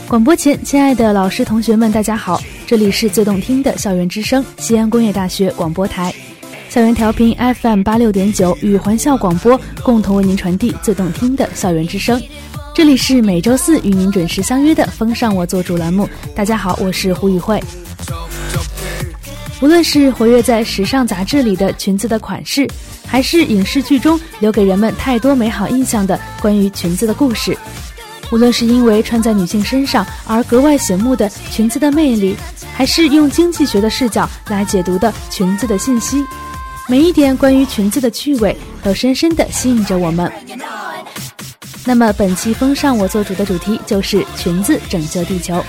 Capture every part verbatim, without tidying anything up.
广播前，亲爱的老师同学们，大家好，这里是最动听的校园之声，西安工业大学广播台，校园调频 F M 八六点九与环校广播共同为您传递最动听的校园之声。这里是每周四与您准时相约的风尚我做主栏目。大家好，我是胡宇慧。无论是活跃在时尚杂志里的裙子的款式，还是影视剧中留给人们太多美好印象的关于裙子的故事，无论是因为穿在女性身上而格外醒目的裙子的魅力，还是用经济学的视角来解读的裙子的信息，每一点关于裙子的趣味都深深地吸引着我们。那么本期风尚我做主的主题就是裙子拯救地球。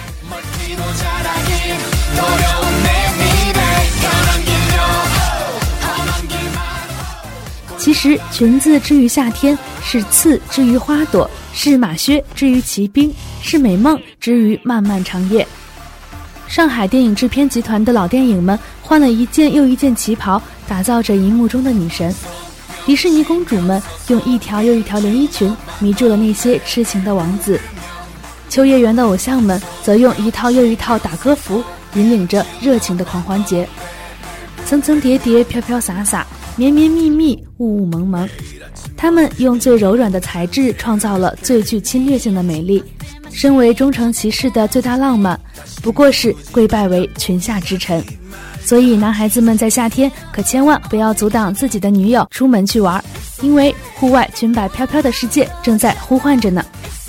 其实裙子之于夏天，是刺之于花朵，是马靴之于骑兵，是美梦之于漫漫长夜。上海电影制片集团的老电影们换了一件又一件旗袍，打造着荧幕中的女神。迪士尼公主们用一条又一条连衣裙迷住了那些痴情的王子。秋叶原的偶像们则用一套又一套打歌服引领着热情的狂欢节。层层叠叠，飘飘洒洒，绵绵密密，雾雾蒙蒙，他们用最柔软的材质创造了最具侵略性的美丽。身为忠诚骑士的最大浪漫，不过是跪拜为裙下之臣。所以男孩子们在夏天可千万不要阻挡自己的女友出门去玩，因为户外裙摆飘飘的世界正在呼唤着呢。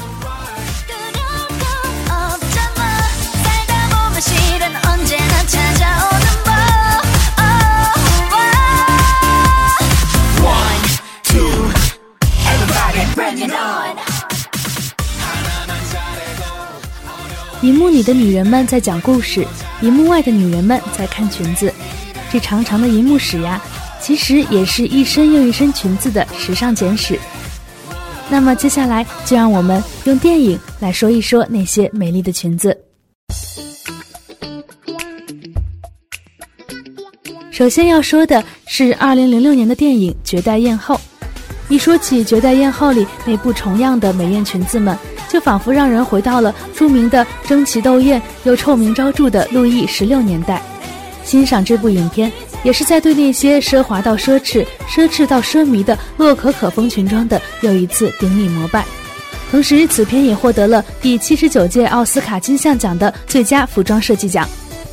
荧幕里的女人们在讲故事，荧幕外的女人们在看裙子。这长长的荧幕史呀，其实也是一身又一身裙子的时尚简史。那么接下来就让我们用电影来说一说那些美丽的裙子。首先要说的是二零零六年的电影《绝代艳后》。一说起《绝代艳后》里那部重样的美艳裙子们，就仿佛让人回到了著名的争奇斗艳又臭名昭著的路易十六年代。欣赏这部影片，也是在对那些奢华到奢侈、奢侈到奢靡的洛可可风裙装的又一次顶礼膜拜。同时，此片也获得了第七十九届奥斯卡金像奖的最佳服装设计奖。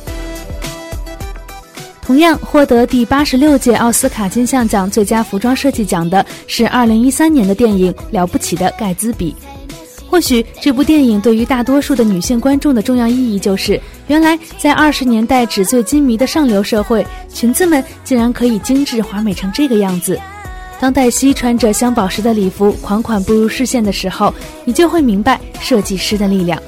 同样获得第八十六届奥斯卡金像奖最佳服装设计奖的是二零一三年的电影《了不起的盖茨比》。或许这部电影对于大多数的女性观众的重要意义就是，原来在二十年代纸醉金迷的上流社会，裙子们竟然可以精致华美成这个样子。当黛西穿着镶宝石的礼服款款步入视线的时候，你就会明白设计师的力量。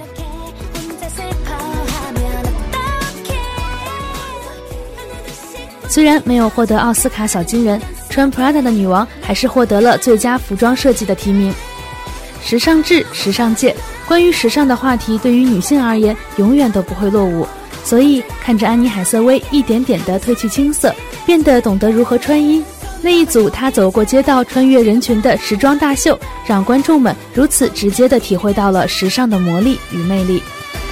虽然没有获得奥斯卡小金人，穿 Prada 的女王还是获得了最佳服装设计的提名。时尚志，时尚界，关于时尚的话题对于女性而言永远都不会落伍。所以看着安妮海瑟薇一点点地褪去青涩，变得懂得如何穿衣，那一组她走过街道穿越人群的时装大秀，让观众们如此直接地体会到了时尚的魔力与魅力。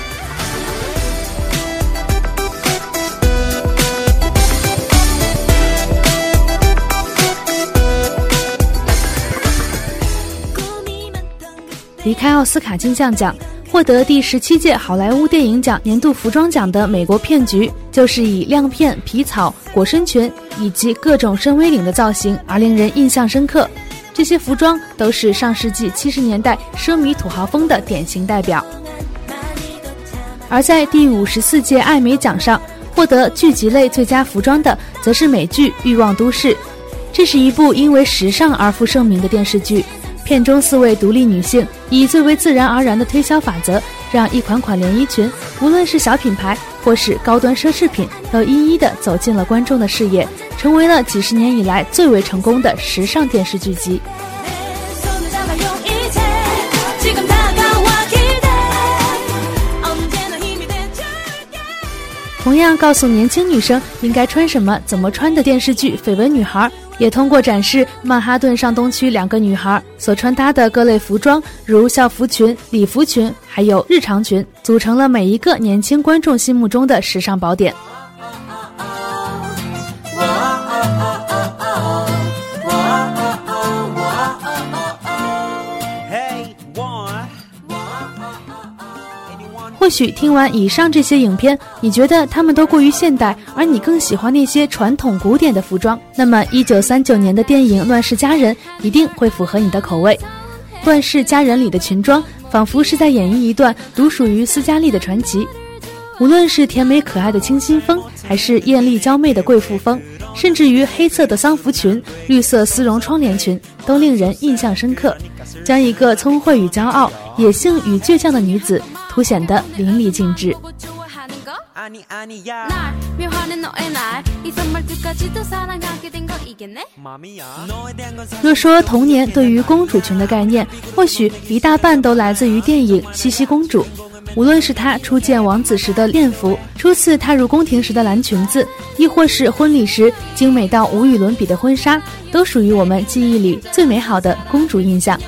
离开奥斯卡金像奖，获得第十七届好莱坞电影奖年度服装奖的美国骗局，就是以亮片、皮草、裹身裙以及各种深 V 领的造型而令人印象深刻。这些服装都是上世纪七十年代奢靡土豪风的典型代表。而在第五十四届艾美奖上，获得剧集类最佳服装的则是美剧《欲望都市》。这是一部因为时尚而负盛名的电视剧。片中四位独立女性以最为自然而然的推销法则，让一款款连衣裙，无论是小品牌或是高端奢侈品，都一一地走进了观众的视野，成为了几十年以来最为成功的时尚电视剧集。同样告诉年轻女生应该穿什么、怎么穿的电视剧《绯闻女孩》， 也通过展示曼哈顿上东区两个女孩所穿搭的各类服装，如校服裙、礼服裙，还有日常裙，组成了每一个年轻观众心目中的时尚宝典。或许听完以上这些影片，你觉得他们都过于现代，而你更喜欢那些传统古典的服装，那么一九三九年的电影《乱世佳人》一定会符合你的口味。《乱世佳人》里的裙装仿佛是在演绎一段独属于斯嘉丽的传奇，无论是甜美可爱的清新风，还是艳丽娇媚的贵妇风，甚至于黑色的丧服裙、绿色丝绒窗帘裙，都令人印象深刻，将一个聪慧与骄傲、野性与倔强的女子凸显得淋漓尽致。若说童年对于公主裙的概念，或许一大半都来自于电影《茜茜公主》。无论是她初见王子时的恋服，初次踏入宫廷时的蓝裙子，亦或是婚礼时精美到无与伦比的婚纱，都属于我们记忆里最美好的公主印象。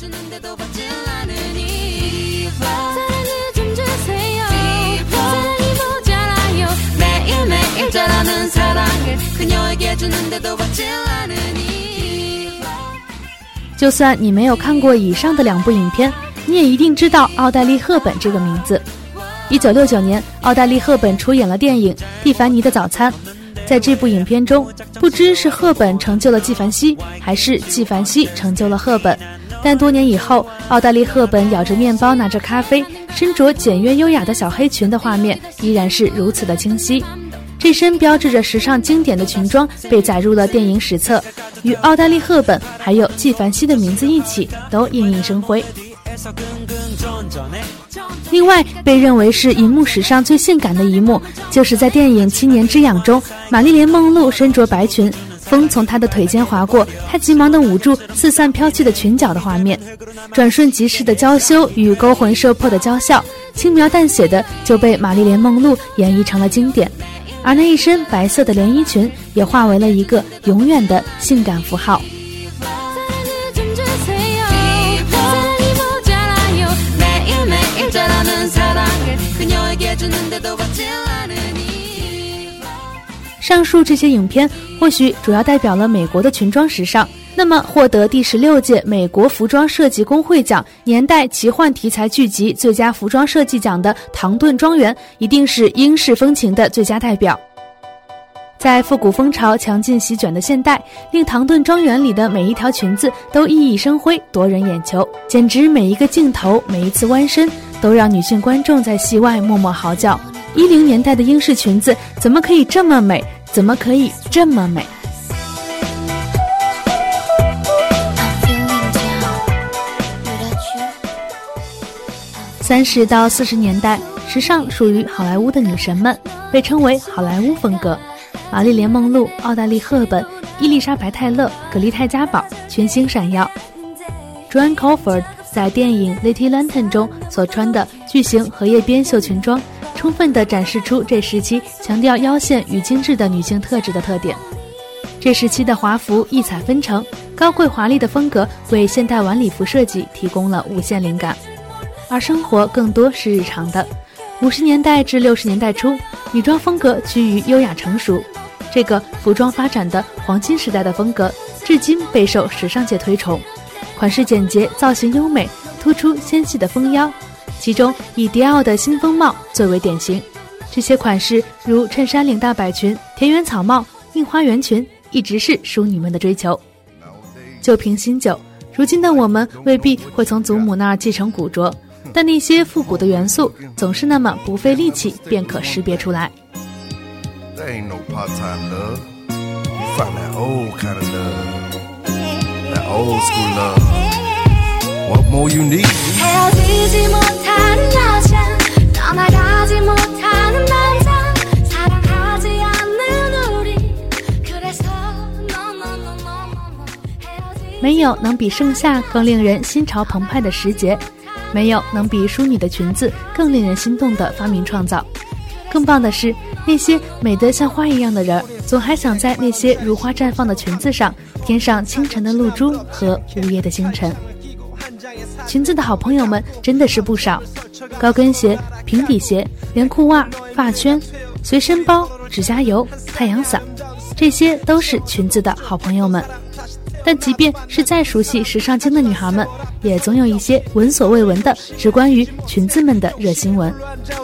就算你没有看过以上的两部影片，你也一定知道奥黛丽·赫本这个名字。一九六九年，奥黛丽·赫本出演了电影《蒂凡尼的早餐》。在这部影片中，不知是赫本成就了纪梵希，还是纪梵希成就了赫本，但多年以后，奥黛丽·赫本咬着面包拿着咖啡，身着简约优雅的小黑裙的画面依然是如此的清晰。这身标志着时尚经典的裙装被载入了电影史册，与奥黛丽·赫本还有纪梵希的名字一起都熠熠生辉。另外，被认为是银幕史上最性感的一幕，就是在电影《七年之痒》中，玛丽莲·梦露身着白裙，风从她的腿间划过，她急忙地捂住四散飘去的裙角的画面，转瞬即逝的娇羞与勾魂摄魄的娇笑，轻描淡写的就被玛丽莲·梦露演绎成了经典。而那一身白色的连衣裙也化为了一个永远的性感符号。上述这些影片或许主要代表了美国的裙装时尚，那么获得第十六届美国服装设计工会奖年代奇幻题材剧集最佳服装设计奖的《唐顿庄园》一定是英式风情的最佳代表。在复古风潮强劲席卷的现代，令唐顿庄园里的每一条裙子都熠熠生辉，夺人眼球，简直每一个镜头，每一次弯身都让女性观众在戏外默默嚎叫。一零年代的英式裙子怎么可以这么美，怎么可以这么美。三十到四十年代，时尚属于好莱坞的女神们，被称为好莱坞风格。玛丽莲·梦露、奥黛丽·赫本、伊丽莎白·泰勒、葛丽泰·嘉宝群星闪耀。Joan Crawford 在电影《Lady Lantern》中所穿的巨型荷叶边绣裙装，充分地展示出这时期强调腰线与精致的女性特质的特点。这时期的华服异彩纷呈，高贵华丽的风格为现代晚礼服设计提供了无限灵感。而生活更多是日常的。五十年代至六十年代初，女装风格趋于优雅成熟，这个服装发展的黄金时代的风格，至今备受时尚界推崇。款式简洁，造型优美，突出纤细的丰腰，其中以迪奥的新风帽最为典型。这些款式如衬衫领大摆裙、田园草帽、印花圆裙，一直是淑女们的追求。旧瓶新酒，如今的我们未必会从祖母那儿继承古着，但那些复古的元素总是那么不费力气便可识别出来。 There ain't no part-time love. You find that old kind of love. That old school love. What more you need? 헤어지지 못하는 여자, 떠나가지 못하는 남자, 사랑하지 않는 우리. 그래서 no no no no no. 没有能比盛夏更令人心潮澎湃的时节，没有能比淑女的裙子更令人心动的发明创造。更棒的是， 那些美得像花一样的人，总还想在那些如花绽放的裙子上添上清晨的露珠和午夜的星辰。裙子的好朋友们真的是不少，高跟鞋、平底鞋、连裤袜、发圈、随身包、指甲油、太阳伞，这些都是裙子的好朋友们。但即便是再熟悉时尚经的女孩们，也总有一些闻所未闻的只关于裙子们的热新闻。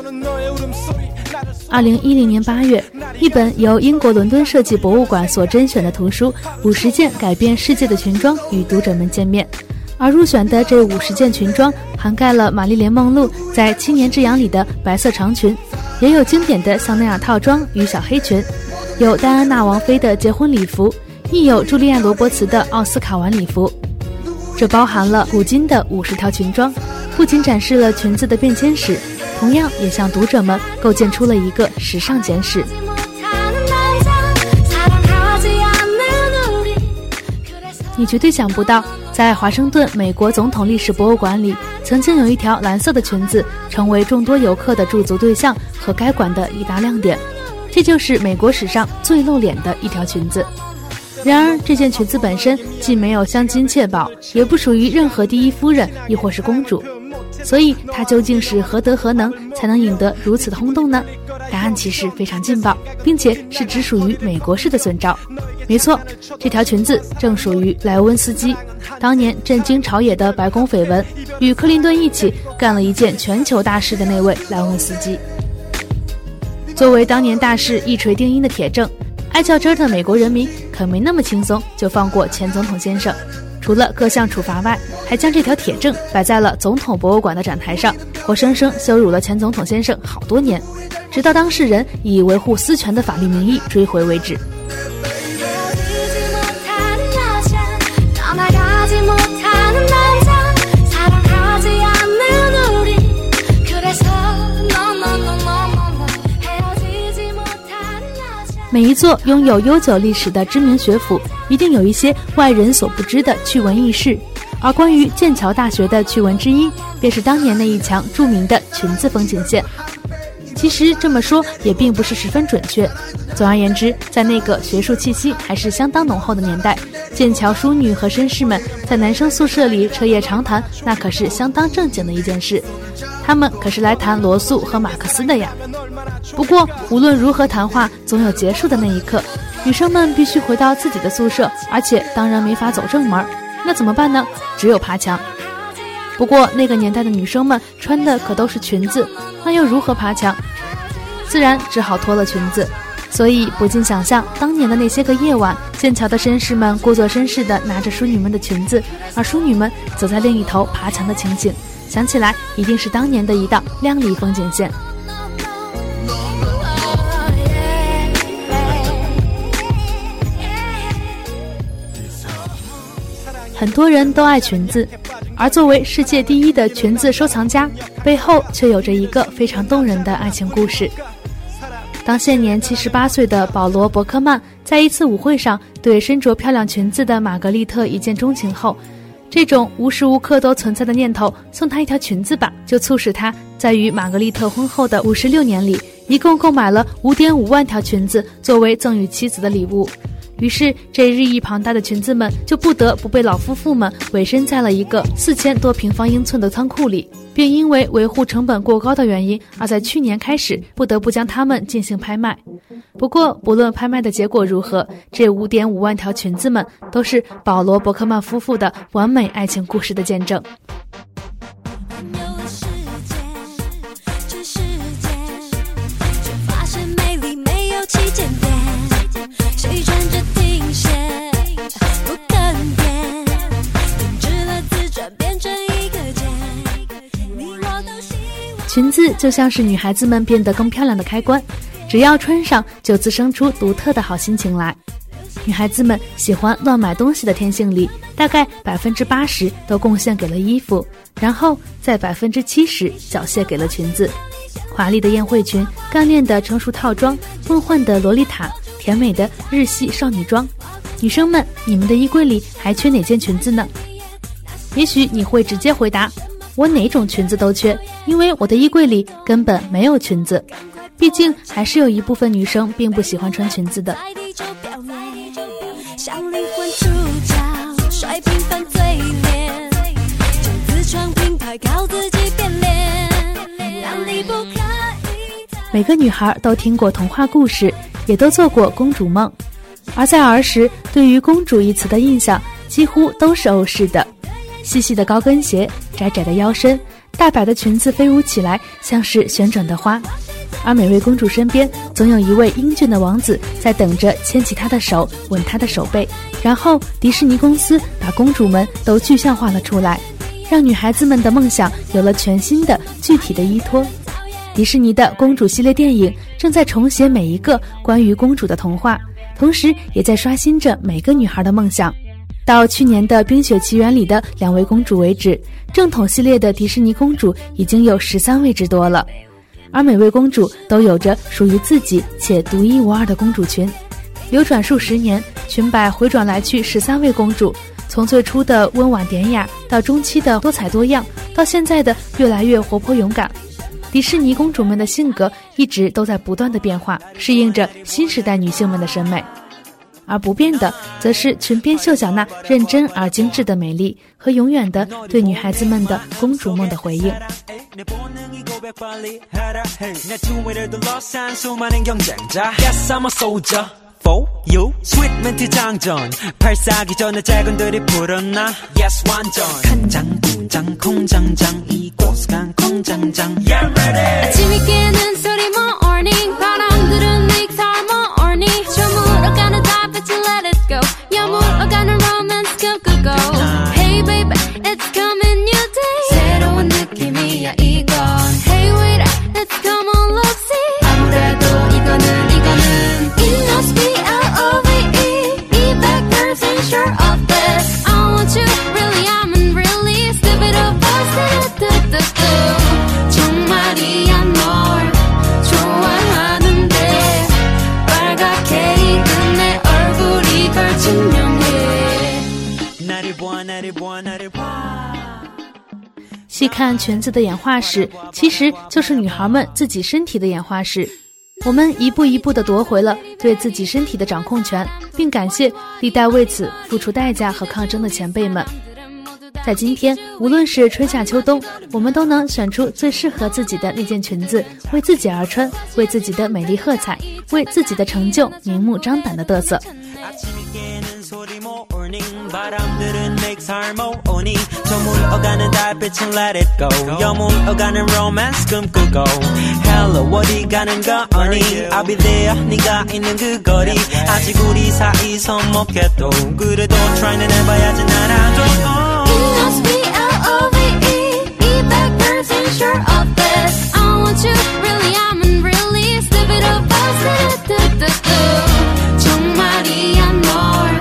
二零一零年八月，一本由英国伦敦设计博物馆所甄选的图书《五十件改变世界的裙装》与读者们见面，而入选的这五十件裙装涵盖了玛丽莲梦露在《七年之痒》里的白色长裙，也有经典的香奈儿套装与小黑裙，有戴安娜王妃的结婚礼服，亦有茱莉亚·罗伯茨的奥斯卡晚礼服。这包含了古今的五十条裙装，不仅展示了裙子的变迁史，同样也向读者们构建出了一个时尚简史。你绝对想不到，在华盛顿美国总统历史博物馆里，曾经有一条蓝色的裙子成为众多游客的驻足对象和该馆的一大亮点。这就是美国史上最露脸的一条裙子。然而这件裙子本身既没有镶金嵌宝，也不属于任何第一夫人亦或是公主，所以它究竟是何德何能才能引得如此的轰动呢？答案其实非常劲爆，并且是只属于美国式的损招。没错，这条裙子正属于莱温斯基，当年震惊朝野的白宫绯闻，与克林顿一起干了一件全球大事的那位莱温斯基。作为当年大事一锤定音的铁证，爱较真的美国人民可没那么轻松就放过前总统先生，除了各项处罚外，还将这条铁证摆在了总统博物馆的展台上，活生生羞辱了前总统先生好多年，直到当事人以维护私权的法律名义追回为止。每一座拥有悠久历史的知名学府，一定有一些外人所不知的趣闻轶事，而关于剑桥大学的趣闻之一，便是当年那一墙著名的裙子风景线。其实这么说也并不是十分准确。总而言之，在那个学术气息还是相当浓厚的年代，剑桥淑女和绅士们在男生宿舍里彻夜长谈，那可是相当正经的一件事。他们可是来谈罗素和马克思的呀。不过无论如何谈话总有结束的那一刻，女生们必须回到自己的宿舍，而且当然没法走正门，那怎么办呢？只有爬墙。不过那个年代的女生们穿的可都是裙子，那又如何爬墙？自然只好脱了裙子。所以不禁想象当年的那些个夜晚，剑桥的绅士们故作绅士地拿着淑女们的裙子，而淑女们走在另一头爬墙的情景，想起来一定是当年的一道亮丽风景线。很多人都爱裙子，而作为世界第一的裙子收藏家，背后却有着一个非常动人的爱情故事。当现年七十八岁的保罗·伯克曼在一次舞会上对身着漂亮裙子的玛格丽特一见钟情后，这种无时无刻都存在的念头，送她一条裙子吧，就促使他在与玛格丽特婚后的五十六年里，一共购买了 五点五万条裙子作为赠与妻子的礼物。于是这日益庞大的裙子们就不得不被老夫妇们委身在了一个四千多平方英寸的仓库里，并因为维护成本过高的原因，而在去年开始不得不将它们进行拍卖。不过不论拍卖的结果如何，这 五点五万条裙子们都是保罗·伯克曼夫妇的完美爱情故事的见证。裙子就像是女孩子们变得更漂亮的开关，只要穿上就滋生出独特的好心情来。女孩子们喜欢乱买东西的天性里，大概百分之八十都贡献给了衣服，然后在百分之七十缴械给了裙子。华丽的宴会裙，干练的成熟套装，梦幻的洛丽塔，甜美的日系少女装。女生们，你们的衣柜里还缺哪件裙子呢？也许你会直接回答，我哪种裙子都缺，因为我的衣柜里根本没有裙子。 毕竟还是有一部分女生并不喜欢穿裙子的。 像灵魂出窍，甩平凡嘴脸，将自创品牌靠自己变脸，让离不开。 每个女孩都听过童话故事，也都做过公主梦，而在儿时，对于公主一词的印象几乎都是欧式的，细细的高跟鞋，窄窄的腰身，大摆的裙子飞舞起来，像是旋转的花。而每位公主身边总有一位英俊的王子在等着牵起她的手，吻她的手背，然后迪士尼公司把公主们都具象化了出来，让女孩子们的梦想有了全新的具体的依托。迪士尼的公主系列电影正在重写每一个关于公主的童话，同时也在刷新着每个女孩的梦想。到去年的《冰雪奇缘》里的两位公主为止，正统系列的迪士尼公主已经有十三位之多了。而每位公主都有着属于自己且独一无二的公主裙，流转数十年，裙摆回转来去十三位公主，从最初的温婉典雅，到中期的多彩多样，到现在的越来越活泼勇敢。迪士尼公主们的性格一直都在不断的变化，适应着新时代女性们的审美。而不变的则是裙边绣脚那认真而精致的美丽和永远的对女孩子们的公主梦的回应。 For you sweet 멘트 장전 발사기 전에 작은들이 불었나 Yes 완전 간장 공장 콩장장 이곳간 콩장장 Yeah ready 아침이 깨는 소리 morning 바람들은 닉타이 morning 저 물어가는 달빛을 let it go 야 물어가는 romance go go go Hey baby it's coming new day 새로운 느낌이야 이건 Hey wait let's come on look see 아무래도 이거는 이거는 It must be sure of this I want you really I'm in really step it up 정말이야 널 좋아하는데 빨갛게 익은 내 얼굴이 덜 증명해 나를 봐 나를 봐 나를 봐 细看裙子的演化史，其实就是女孩们自己身体的演化史。我们一步一步地夺回了对自己身体的掌控权，并感谢历代为此付出代价和抗争的前辈们。在今天，无论是春夏秋冬，我们都能选出最适合自己的那件裙子，为自己而穿，为自己的美丽喝彩，为自己的成就明目张胆地嘚瑟。 바람들은 makes harmony 저 물어가는 달빛은 let it go 여물어가는 romance 꿈꾸고 Hello 어디 가는 거니 I'll be there 네가 있는 그 거리 아직 우리 사이 서먹해도 그래도 try는 해봐야지 나라도 It must be L-O-V-E 이 백 퍼센트 sure of this I want you really I'm in really step it up 정말이야 널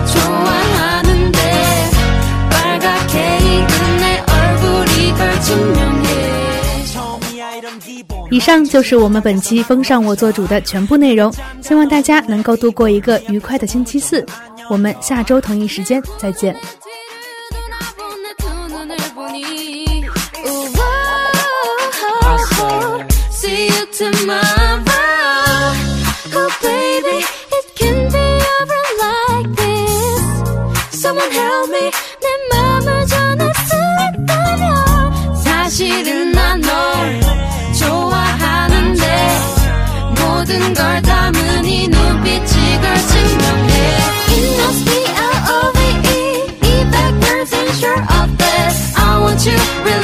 以上就是我们本期风尚我做主的全部内容，希望大家能够度过一个愉快的星期四。我们下周同一时间再见。 See you tomorrow. Oh baby, it can be over like this. Someone help me. 내 맘을 전할 수 있다면 사실은 난 널 좋아하는데 모든 걸 담은 이 눈빛이 걸 증명해. It must be L-O-V-E 이 백 퍼센트 sure of this. I want you really